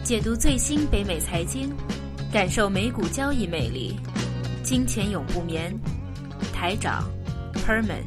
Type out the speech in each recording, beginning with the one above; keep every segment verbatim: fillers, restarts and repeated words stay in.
解读最新北美财经，感受美股交易魅力。金钱永不眠，台长 Herman。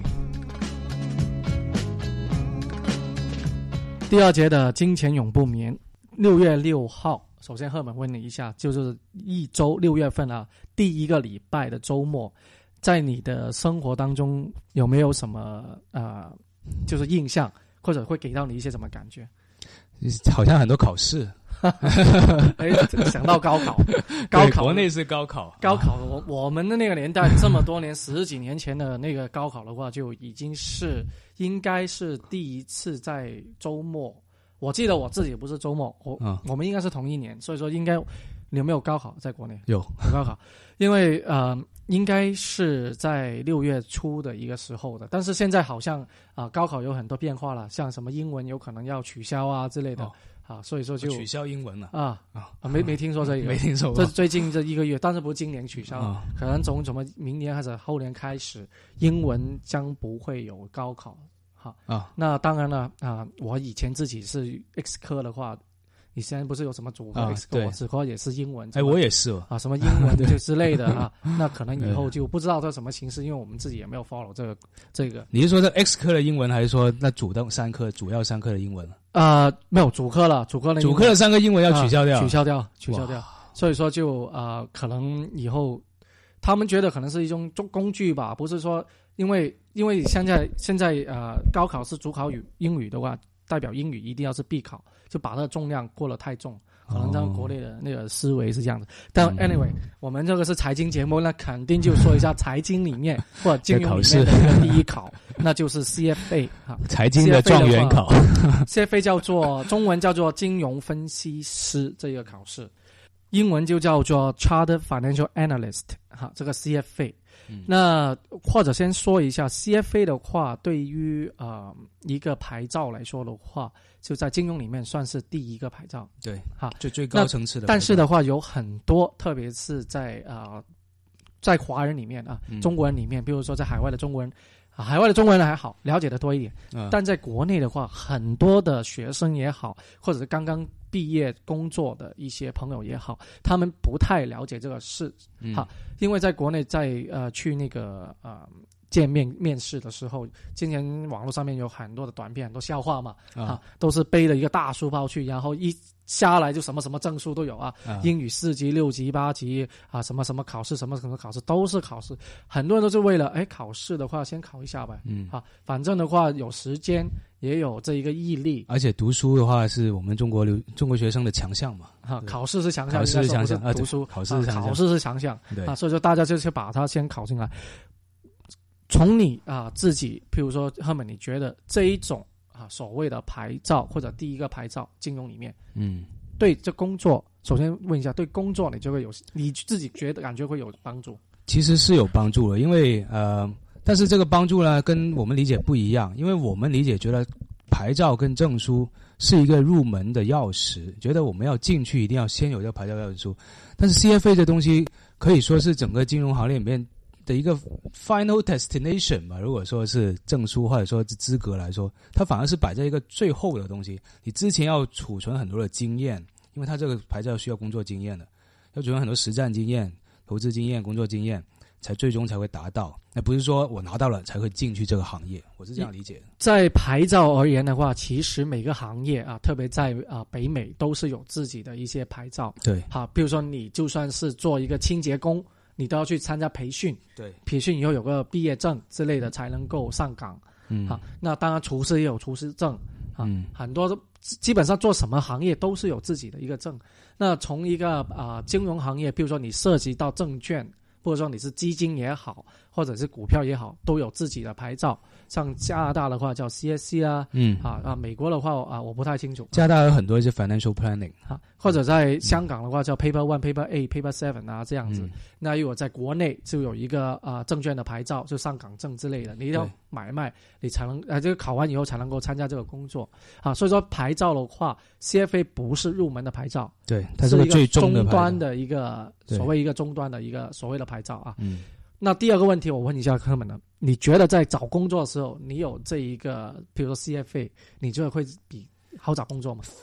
第二节的金钱永不眠，六月六号，首先赫本问你一下，就是一周六月份啊，第一个礼拜的周末，在你的生活当中有没有什么呃，就是印象，或者会给到你一些什么感觉？ 好像很多考试。 哎，想到高考，高考国内是高考， 高考我我们的那个年代，这么多年十几年前的那个高考的话，就已经是应该是第一次在周末。我记得我自己不是周末，我、嗯、我们应该是同一年，所以说应该你有没有高考在国内？ 有有高考，因为呃应该是在六月初的一个时候的，但是现在好像啊、呃、高考有很多变化了，像什么英文有可能要取消啊之类的。哦啊，所以说就取消英文了啊啊，没没听说这个， 没听说过。 这最近这一个月，但是不是今年取消，啊、可能从什么明年或者后年开始，英文将不会有高考。哈啊，那当然了啊，我以前自己是 X 科的话，你现在不是有什么主科 X 科，我主科也是英文。 哎，我也是哦啊，什么英文就之类的啊，那可能以后就不知道这什么形式，因为我们自己也没有 follow 这个这个。 你是说这 X 科的英文，还是说那主动三科主要三科的英文？ 呃，没有主科了，主科的主科的三个英文要取消掉， 啊、取消掉，取消掉。所以说就呃，可能以后他们觉得可能是一种工具吧，不是说因为因为现在现在呃高考是主考语英语的话，代表英语一定要是必考，就把它的重量过得太重。可能在国内的那个思维是这样的，但 anyway，、嗯、我们这个是财经节目，那肯定就说一下财经里面或者金融里面的一个第一考，那就是 C F A 哈， 财经的状元考。 C F A 叫做中文叫做金融分析师这个考试，英文就叫做 Chartered Financial Analyst 哈，这个 C F A。嗯、那或者先说一下 C F A 的话，对于呃一个牌照来说的话，就在金融里面算是第一个牌照。 对， 哈， 就最高层次的牌照。 但是的话，有很多，特别是在呃在华人里面啊，中国人里面，比如说在海外的中国人。啊，海外的中国人还好，了解的多一点。嗯、但在国内的话，很多的学生也好，或者是刚刚毕业工作的一些朋友也好，他们不太了解这个事。嗯、好，因为在国内在呃去那个呃见面面试的时候，今年网络上面有很多的短片，很多笑话嘛，啊，啊都是背了一个大书包去，然后一下来就什么什么证书都有啊，啊英语四级、六级、八级啊，什么什么考试，什么什么考试都是考试，很多人都是为了哎考试的话先考一下呗，嗯，啊，反正的话有时间也有这一个毅力， 而且读书的话是我们中国留中国学生的强项嘛， 啊，考试是强项， 考试是强项， 读书、 啊、考试是强项， 考试是强项， 对啊，所以说大家就去把它先考进来。从你啊自己，譬如说赫本，你觉得这一种啊所谓的牌照或者第一个牌照，金融里面，嗯，对这工作，首先问一下，对工作你就会有你自己觉得感觉会有帮助？ 其实是有帮助的，因为呃，但是这个帮助呢跟我们理解不一样，因为我们理解觉得牌照跟证书是一个入门的钥匙，觉得我们要进去一定要先有这个牌照钥匙，但是 C F A 这东西可以说是整个金融行业里面的一个 final destination 吧，如果说是证书或者说是资格来说，它反而是摆在一个最后的东西。你之前要储存很多的经验，因为它这个牌照需要工作经验的，要储存很多实战经验、投资经验、工作经验，才最终才会达到。那不是说我拿到了才会进去这个行业，我是这样理解的。 在牌照而言的话，其实每个行业啊，特别在啊北美都是有自己的一些牌照。 对， 好，比如说你就算是做一个清洁工，你都要去参加培训， 对， 培训以后有个毕业证之类的才能够上岗。嗯，好，那当然厨师也有厨师证啊，嗯、很多基本上做什么行业都是有自己的一个证。那从一个啊、呃、金融行业，比如说你涉及到证券，或者说你是基金也好，或者是股票也好，都有自己的牌照。像加拿大的话叫 C S C 啊，嗯，啊啊，美国的话啊，我不太清楚。 加拿大有很多是 financial planning 啊，或者在香港的话叫 Paper One、Paper Eight、Paper Seven 啊这样子。嗯、那如果在国内就有一个啊证券的牌照，就上港证之类的，你要买卖，你才能啊这个考完以后才能够参加这个工作啊。所以说牌照的话 ，C F A 不是入门的牌照， 对，它是个最终的终端的一个所谓一个终端的一个所谓的牌照啊。嗯。那第二个问题，我问一下科本呢，你觉得在找工作的时候，你有这一个，比如说 C F A， 你觉得会比好找工作吗？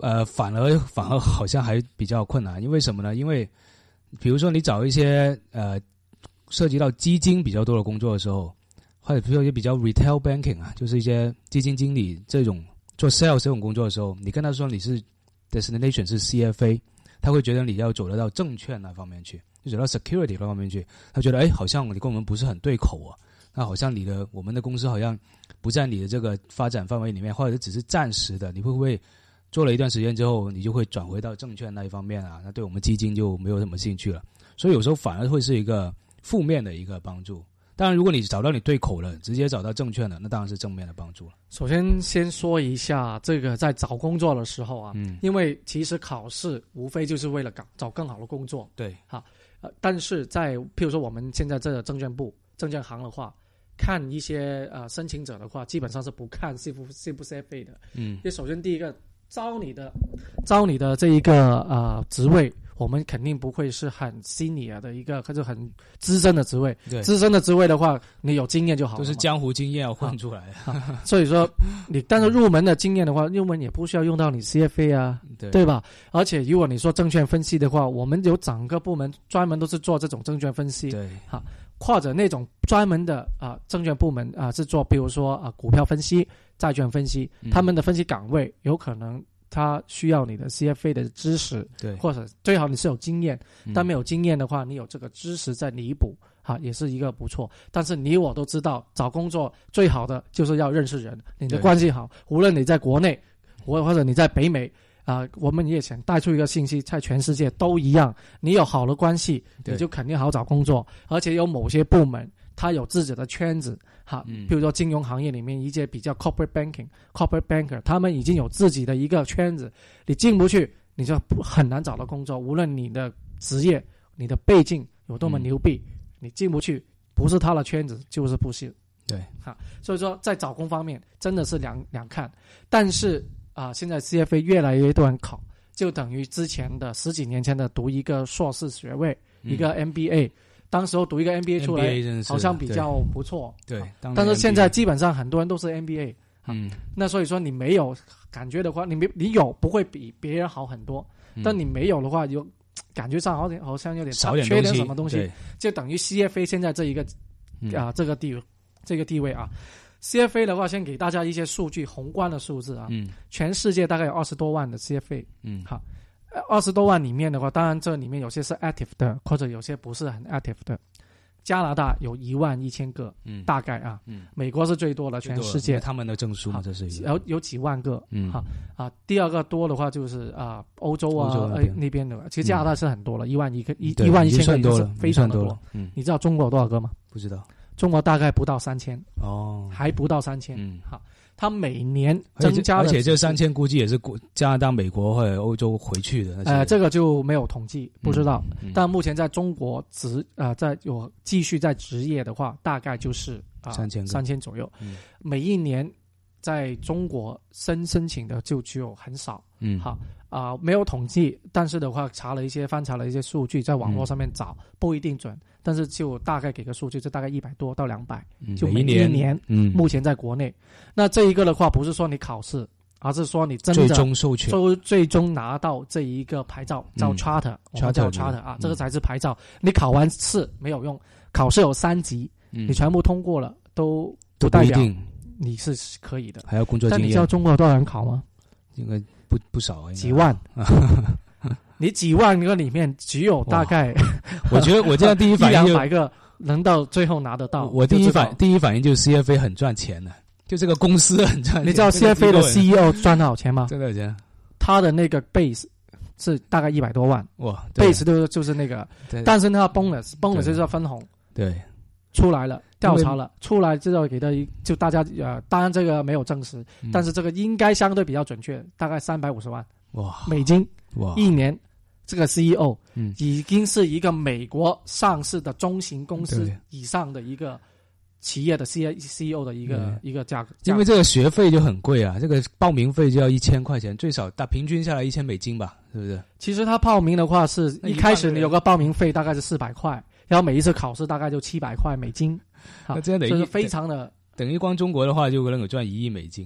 呃，反而反而好像还比较困难，因为什么呢？因为比如说你找一些呃涉及到基金比较多的工作的时候，或者比如说一些比较 retail banking 啊，就是一些基金经理这种做 sales 这种工作的时候，你跟他说你是 destination 是 C F A， 他会觉得你要走得到证券那方面去，就走到 security 那方面去，他觉得哎，好像你跟我们不是很对口啊。那好像你的我们的公司好像不在你的这个发展范围里面，或者只是暂时的，你会不会做了一段时间之后，你就会转回到证券那一方面啊？那对我们基金就没有什么兴趣了。所以有时候反而会是一个负面的一个帮助。当然，如果你找到你对口了，直接找到证券了，那当然是正面的帮助了。 首先，先说一下这个在找工作的时候啊，嗯，因为其实考试无非就是为了搞找更好的工作， 对， 好，呃，但是在譬如说我们现在这个证券部、证券行的话。看一些呃申请者的话，基本上是不看是不是不 C F A 的。嗯，因为首先第一个招你的招你的这一个呃职位，我们肯定不会是很 senior 的一个或者很资深的职位。对，资深的职位的话，你有经验就好了， 都是江湖经验要混出来。 啊、所以说你但是入门的经验的话，入门也不需要用到你 C F A 啊，对对吧？而且如果你说证券分析的话，我们有整个部门专门都是做这种证券分析。 对， 好。或者那种专门的啊、呃、证券部门啊、呃、是做比如说啊、呃、股票分析、债券分析，他们的分析岗位有可能他需要你的 C F A 的知识， 对， 或者最好你是有经验，但没有经验的话，你有这个知识在弥补，哈，也是一个不错。但是你我都知道，找工作最好的就是要认识人，你的关系好，无论你在国内，或或者你在北美。啊、呃，我们也想带出一个信息，在全世界都一样，你有好的关系，你就肯定好找工作。而且有某些部门，它有自己的圈子，哈，嗯、比如说金融行业里面一些比较 corporate banking、corporate banker， 他们已经有自己的一个圈子，你进不去，你就很难找到工作。无论你的职业、你的背景有多么牛逼，嗯、你进不去，不是他的圈子就是不是。 对， 哈，所以说在找工方面真的是两两看，但是。啊、呃，现在 C F A 越来越多人考，就等于之前的十几年前的读一个硕士学位，嗯、一个 M B A， 当时候读一个 M B A 出来，好像比较不错。 对，对但是现在基本上很多人都是 M B A， 嗯，那所以说你没有感觉的话，你没你有不会比别人好很多，嗯、但你没有的话，有感觉上好像好像有点少点缺点什么东西，就等于 C F A 现在这一个啊、嗯呃、这个地这个地位啊。C F A 的话，先给大家一些数据，宏观的数字啊。嗯。全世界大概有二十多万的 C F A。嗯。好，二十多万里面的话，当然这里面有些是 active 的，或者有些不是很 active 的。加拿大有一万一千个，嗯，大概啊。嗯。美国是最多的，全世界。 他们的证书嘛，这是一个。 有有几万个。嗯。好啊，第二个多的话就是啊，欧洲啊，欧洲那边, 那边的，其实加拿大是很多了，一万一个一一万一千个已经是非常多了。嗯。你知道中国有多少个吗？ 不知道。 中国大概不到三千哦， 还不到三千。嗯，好，它每年增加的， 而且这三千估计也是加拿大、美国或者欧洲回去的。 呃，这个就没有统计，不知道。嗯嗯、但目前在中国职呃，在有继续在职业的话，大概就是啊三千三千左右。嗯、每一年在中国申申请的就只有很少。嗯，好啊、呃，没有统计，但是的话查了一些翻查了一些数据，在网络上面找、嗯、不一定准。但是就大概给个数据，就大概一百多到两百，就每一年。一年嗯，目前在国内，那这一个的话，不是说你考试，而是说你真的最终授权， 最最终拿到这一个牌照，叫 charter，、嗯、我们叫 charter 啊，嗯、这个才是牌照。你考完试没有用，考试有三级，嗯、你全部通过了，都不代表你是可以的， 还要工作经验。 但你知道中国有多少人考吗？ 应该不不少啊， 几万。你几万个里面只有大概， 我觉得我这样第一反应就一两百个能到最后拿得到。 我第一反第一反应就是 C F A 很赚钱的，就这个公司很赚钱。 你知道 C F A 的 C E O 赚多少钱吗？ 真的钱？ 他的那个 base 是大概一百多万。哇 ，base 就是就是那个，但是他 bonus bonus 就是要分红。 对， 出来了，调查了，出来之后给他一，就大家呃，当然这个没有证实，嗯、但是这个应该相对比较准确，大概三百五十万哇美金哇一年。这个 C E O 嗯，已经是一个美国上市的中型公司以上的一个企业的 C E O 的一个一个价格。 因为这个学费就很贵啊，这个报名费就要一千块钱，最少大平均下来一千美金吧，是不是？ 其实他报名的话是一开始你有个报名费大概是四百块，然后每一次考试大概就七百块美金。 那这样等于就是非常的。 等于光中国的话就能够赚一亿美金。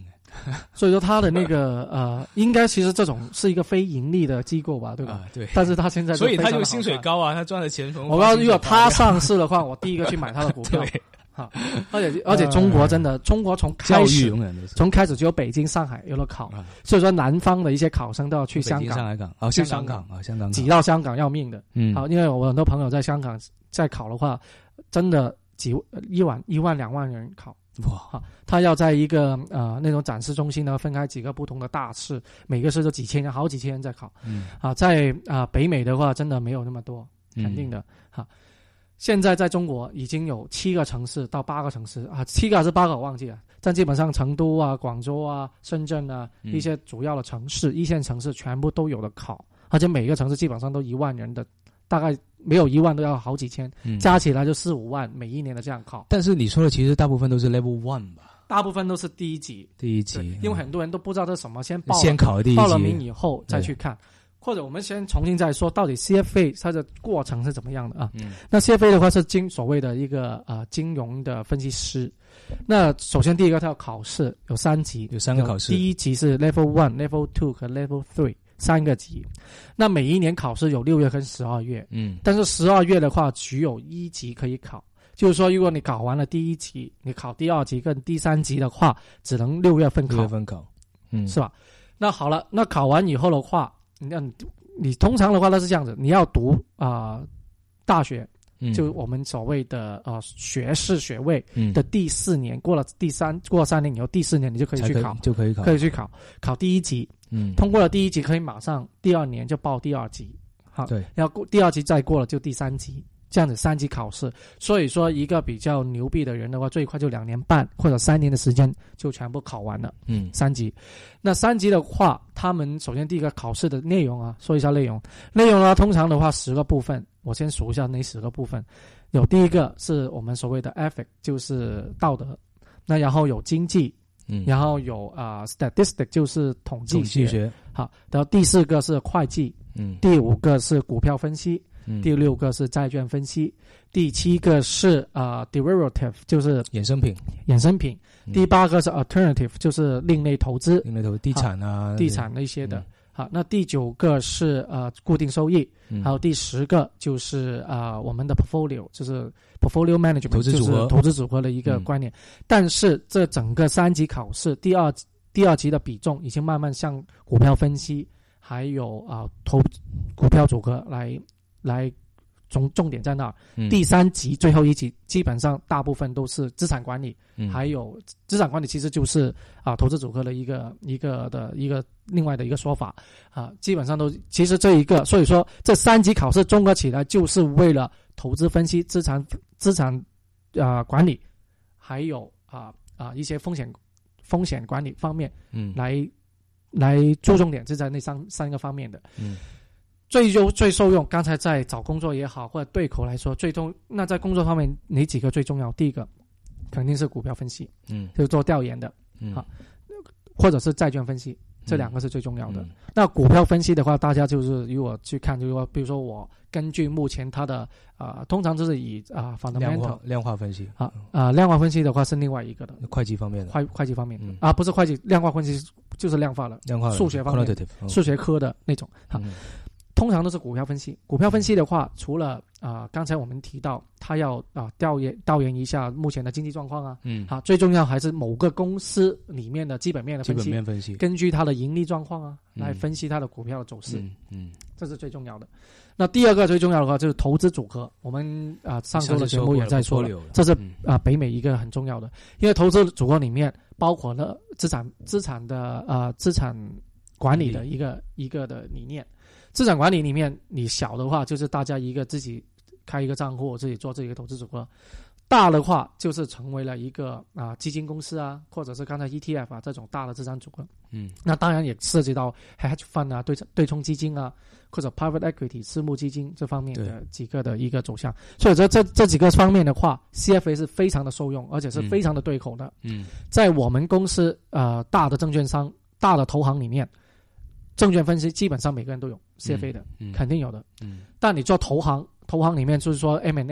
所以说他的那个呃，应该其实这种是一个非盈利的机构吧，对吧？ 啊、对。 但是他现在所以他就薪水高啊，他赚的钱从我告诉你，如果他上市的话，我第一个去买他的股票。 对。 好，而且而且中国真的，呃、中国从开始从开始只有北京、上海有了考，啊、所以说南方的一些考生都要去香港、 上海港哦，香港啊，香港挤到香港要命的。 嗯， 好，因为我很多朋友在香港在考的话，真的几一万一万两万人考。 哇， 好，他要在一个呃那种展示中心呢，分开几个不同的大室，每个室都几千人，好几千人在考。 嗯， 啊，在啊、呃、北美的话，真的没有那么多，肯定的。哈、嗯。现在在中国已经有七个城市到八个城市啊，七个还是八个我忘记了。但基本上成都啊、广州啊、深圳啊、嗯、一些主要的城市、一线城市全部都有的考，而且每个城市基本上都一万人的，大概没有一万都要好几千，嗯、加起来就四五万每一年的这样考。 但是你说的其实大部分都是 level one 吧？ 大部分都是第一级， 第一级， 因为很多人都不知道这是什么，先报了先考第一级， 报了名以后再去看。或者我们先重新再说，到底 C F A 它的过程是怎么样的啊？ 嗯， 那 C F A 的话是金所谓的一个呃金融的分析师。那首先第一个它要考试，有三级， 有三个考试。 第一级是 Level One、Level Two 和 Level Three 三个级。那每一年考试有六月跟十二月， 嗯， 但是十二月的话只有一级可以考，就是说如果你考完了第一级，你考第二级跟第三级的话，只能六月份考， 六月份考，嗯， 是吧？那好了，那考完以后的话。那你你通常的话，它是这样子，你要读啊、呃、大学， 嗯、 就我们所谓的呃学士学位的第四年，嗯、过了第三过了三年以后，第四年你就可以去考， 就可以考， 可以去考考第一级， 嗯， 通过了第一级可以马上第二年就报第二级，好， 对， 然后第二级再过了就第三级。这样子三级考试，所以说一个比较牛逼的人的话，最快就两年半或者三年的时间就全部考完了。 嗯， 三级。那三级的话，他们首先第一个考试的内容啊，说一下内容。内容呢，通常的话十个部分，我先数一下那十个部分。有第一个是我们所谓的 ethic， 就是道德。那然后有经济， 嗯， 然后有啊、呃、statistic 就是统计学。 统计学。 好，然后第四个是会计， 嗯， 第五个是股票分析。 嗯、 第六个是债券分析，第七个是啊、呃、derivative 就是衍生品， 衍生品、 嗯、 第八个是 alternative 就是另类投资， 另类投资地产啊， 地产那些的。 嗯、 好，那第九个是呃固定收益， 嗯、 还有第十个就是啊、呃、我们的 portfolio 就是 portfolio management 投资组合， 就是投资组合的一个观念。嗯、但是这整个三级考试，第二第二级的比重已经慢慢向股票分析还有啊、呃、投股票组合来。来重重点在那儿、嗯、第三级最后一级基本上大部分都是资产管理、嗯、还有资产管理其实就是啊投资组合的一个一个的一个另外的一个说法啊，基本上都其实这一个，所以说这三级考试综合起来就是为了投资分析、资产资产啊、呃、管理，还有啊啊、呃、一些风险风险管理方面， 嗯， 来来注重点是在那三三个方面的， 嗯。 最优最受用，刚才在找工作也好，或者对口来说，最重那在工作方面哪几个最重要？第一个肯定是股票分析， 嗯， 就是做调研的， 嗯， 好，或者是债券分析，这两个是最重要的。 嗯、 那股票分析的话，大家就是如果去看，就是说，比如说我根据目前它的啊、呃，通常就是以啊 fundamental 量化量化分析啊啊、呃、量化分析的话是另外一个的会计方面的会会计方面的、 嗯、 啊不是会计，量化分析就是量化的量化数学方面数学科的那种哈。嗯，通常都是股票分析。股票分析的话，除了啊、呃，刚才我们提到，他要啊调研调研一下目前的经济状况啊， 嗯， 好，最重要还是某个公司里面的基本面的分析， 基本面分析，根据它的盈利状况啊， 嗯、 来分析它的股票的走势， 嗯，嗯， 这是最重要的。那第二个最重要的话就是投资组合，我们啊、呃、上周的节目也在说了，这是啊、呃、北美一个很重要的，因为投资组合里面包括了资产资产的呃资产管理的一个一个的理念。资产管理里面，你小的话就是大家一个自己开一个账户，自己做自己的投资组合；大的话就是成为了一个啊、呃、基金公司啊，或者是刚才 E T F 啊这种大的资产组合。 嗯， 那当然也涉及到 hedge fund 啊、对对冲基金啊，或者 private equity 私募基金这方面的几个的一个走向。所以这这这几个方面的话 ，C F A 是非常的受用，而且是非常的对口的。 嗯， 在我们公司呃大的证券商、大的投行里面。证券分析基本上每个人都有 C F A 的、 嗯嗯、 肯定有的、 嗯、 但你做投行投行里面就是说 M and A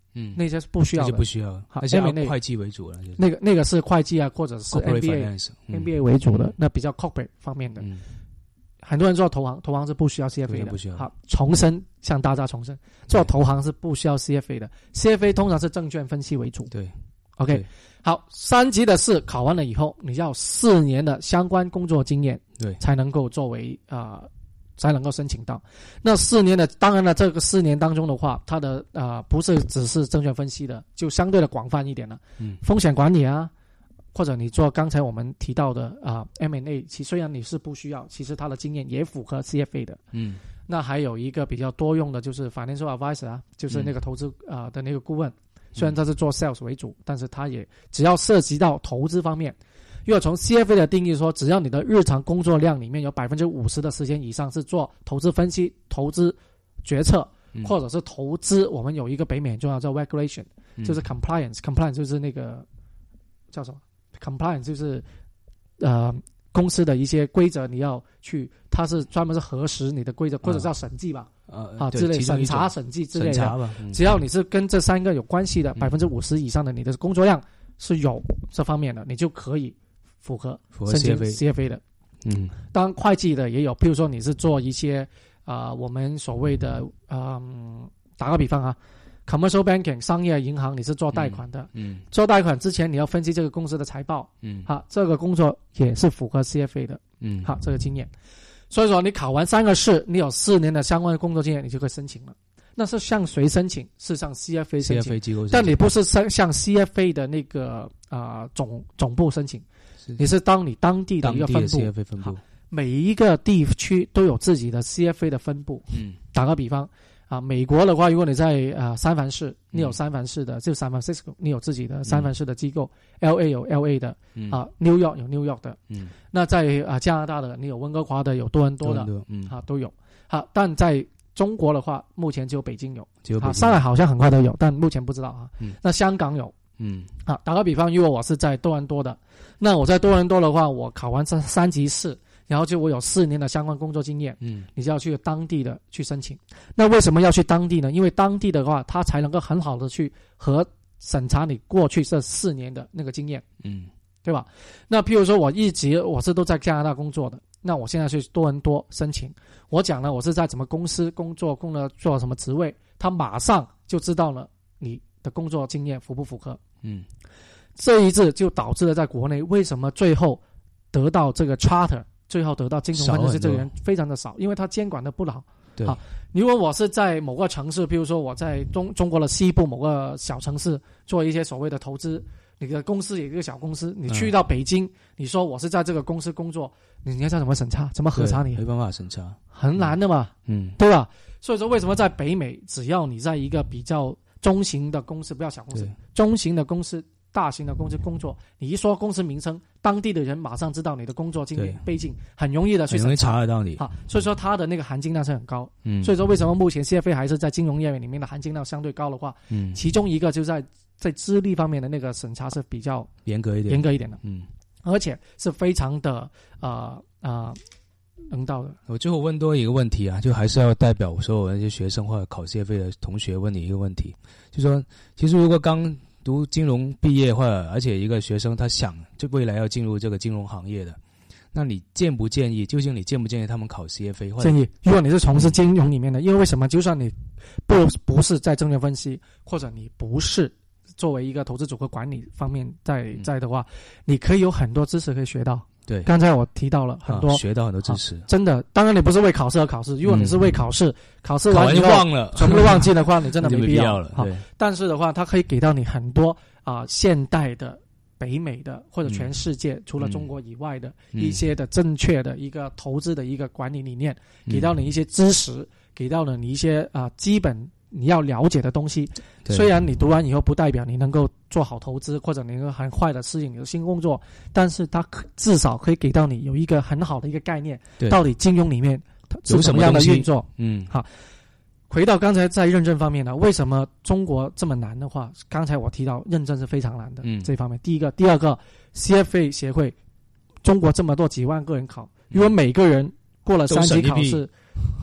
嗯， 那些是不需要的， 那些不需要， 好， 那些要会计为主了，就是、 那个那个是会计啊，或者是 M B A、 嗯、 M B A 为主的，那比较 corporate 方面的。 嗯， 很多人做投行，投行是不需要 C F A 的， 不需要。 好，重申，向大家重申，做投行是不需要 C F A 的 ，C F A 通常是证券分析为主。 对 ，OK， 好，三级的试考完了以后，你要四年的相关工作经验， 对， 才能够作为啊。呃才能够申请到。那四年的，当然了，这个四年当中的话，它的啊、呃、不是只是证券分析的，就相对的广泛一点了。 嗯， 风险管理啊，或者你做刚才我们提到的啊、呃、M and A， 其虽然你是不需要，其实它的经验也符合 C F A 的。 嗯， 那还有一个比较多用的就是 financial advisor 啊，就是那个投资啊、呃、的那个顾问，虽然他是做 sales 为主，但是他也只要涉及到投资方面。因为从 C F A 的定义说，只要你的日常工作量里面有百分之五十的时间以上是做投资分析、投资决策，嗯、或者是投资，我们有一个北美很重要叫 regulation，、嗯、就是 compliance，compliance 就是那个叫什么 compliance 就是呃公司的一些规则你要去，它是专门是核实你的规则，或者叫审计吧， 啊啊之类审查审计之类的， 嗯、 只要你是跟这三个有关系的百分之五十以上的你的工作量是有这方面的，你就可以。符合申请 C F A 的， 嗯， 当然会计的也有，譬如说你是做一些啊、呃，我们所谓的嗯，打个比方啊 ，commercial banking 商业银行，你是做贷款的， 嗯，嗯做贷款之前你要分析这个公司的财报， 嗯， 好，这个工作也是符合 C F A 的， 嗯， 好，这个经验，所以说你考完三个试，你有四年的相关的工作经验，你就可以申请了。那是向谁申请？是向 C F A 申请 ，C F A 机构申请， 但你不是向 C F A 的那个啊、呃、总总部申请。你是当你当地的一个分部， C F A 分部， 每一个地区都有自己的 C F A 的分部。 嗯， 打个比方啊，美国的话，如果你在啊三藩市，你有三藩市的，嗯、就 San Francisco， 你有自己的三藩市的机构、嗯、，L A 有 L A 的， 嗯、 啊 ，New York 有 New York 的， 嗯， 那在啊加拿大的，你有温哥华的，有多伦多的， 多嗯， 啊都有。好，但在中国的话，目前只有北京有， 只有北京有， 啊，上海好像很快都有，但目前不知道啊。 嗯， 那香港有。 嗯， 好，打个比方，如果我是在多伦多的，那我在多伦多的话，我考完这三级试，然后就我有四年的相关工作经验， 嗯， 你就要去当地的去申请。那为什么要去当地呢？因为当地的话，他才能够很好的去和审查你过去这四年的那个经验， 嗯， 对吧？那譬如说我一直我是都在加拿大工作的，那我现在去多伦多申请，我讲了我是在什么公司工作，工了做什么职位，他马上就知道了你的工作经验符不符合。 嗯， 这一次就导致了在国内为什么最后得到这个 charter， 最后得到金融分析师这个人非常的少，因为他监管的不牢。 对， 好，如果我是在某个城市，比如说我在中中国的西部某个小城市做一些所谓的投资，你的公司有一个小公司，你去到北京，嗯、你说我是在这个公司工作，你要怎么审查？怎么核查你？ 没办法审查， 很难的嘛， 嗯，对吧？所以说为什么在北美，只要你在一个比较中型的公司，不要小公司，中型的公司、大型的公司工作，你一说公司名称，当地的人马上知道你的工作经验背景，很容易的去很容易查得到你。 好，所以说它的那个含金量是很高。 嗯， 所以说为什么目前 C F A 还是在金融业里面的含金量相对高的话， 嗯，其中一个就在在资历方面的那个审查是比较严格一点， 严格一点的。 嗯， 而且是非常的呃呃。能到的。 我最后问多一个问题啊，就还是要代表我说我那些学生或者考 C F A 的同学问你一个问题，就说其实如果刚读金融毕业或者而且一个学生他想就未来要进入这个金融行业的，那你建不建议？究竟你建不建议他们考 C F A？ 建议，如果你是从事金融里面的，因为为什么？就算你不不是在证券分析，或者你不是作为一个投资组合管理方面在在的话，你可以有很多知识可以学到。 对， 刚才我提到了很多， 啊、学到很多知识、啊。 真的，当然你不是为考试而考试。如果你是为考试，嗯、考试完就忘了， 全部忘记的话，你真的没必要了。 好，但是的话，它可以给到你很多啊、呃，现代的、北美的或者全世界、嗯、除了中国以外的、嗯、一些的正确的一个投资的一个管理理念，嗯、给到你一些知识，给到了你一些啊、呃、基本。你要了解的东西，虽然你读完以后不代表你能够做好投资，或者你能够很快的适应你的新工作，但是它至少可以给到你有一个很好的一个概念，到底金融里面是什么样的运作。 嗯， 好，回到刚才在认证方面呢，为什么中国这么难的话？刚才我提到认证是非常难的，嗯，这方面第一个，第二个 ，C F A 协会，中国这么多几万个人考，如果每个人过了三级考试。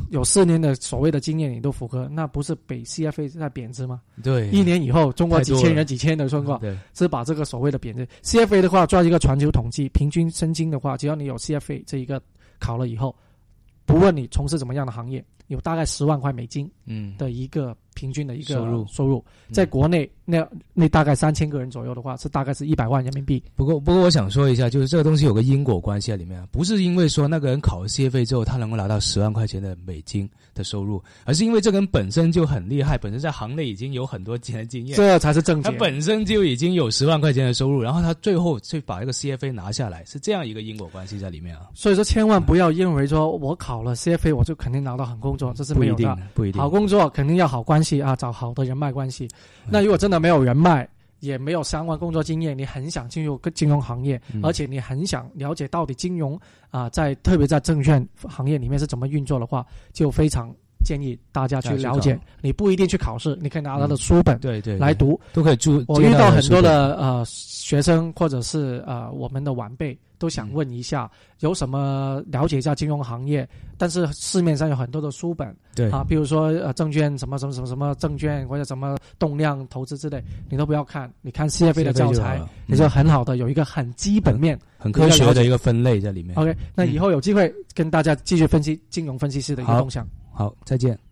有四年的所谓的经验你都符合，那不是比 C F A 在贬值吗？ 对， 一年以后中国几千人几千人的状况， 对， 是把这个所谓的贬值。C F A 的话，做一个全球统计，平均薪金的话，只要你有 C F A 这一个考了以后，不论你从事怎么样的行业，有大概十万块美金的一个平均的一个收入，收入在国内那那大概三千个人左右的话，是大概是一百万人民币。 不过不过我想说一下，就是这个东西有个因果关系在里面，不是因为说那个人考了 C F A 之后他能够拿到十万块钱的美金的收入，而是因为这个人本身就很厉害，本身在行内已经有很多年的经验， 这才是正解。 他本身就已经有十万块钱的收入，然后他最后去把这个 C F A 拿下来，是这样一个因果关系在里面啊。 所以说千万不要认为说我考了 C F A 我就肯定拿到好工作，这是没有的。 不一定，不一定。 好工作肯定要好关系啊，找好的人脉关系。那如果真的没有人脉，也没有相关工作经验，你很想进入金融行业，嗯、而且你很想了解到底金融啊、呃，在特别在证券行业里面是怎么运作的话，就非常建议大家去了解。你不一定去考试，你可以拿他的书本、嗯、对对来读， 都可以注。 我遇到很多的呃学生或者是呃我们的晚辈都想问一下、嗯、有什么了解一下金融行业，但是市面上有很多的书本，对啊，比如说呃证券什么什么什么什么证券或者什么动量投资之类，你都不要看，你看 C F A 的教材，你就很好的有一个很基本面、 很, 很科学的一个分类在里面。 OK， 那以后有机会跟大家继续分析金融分析师的一个动向。 好，好，再见。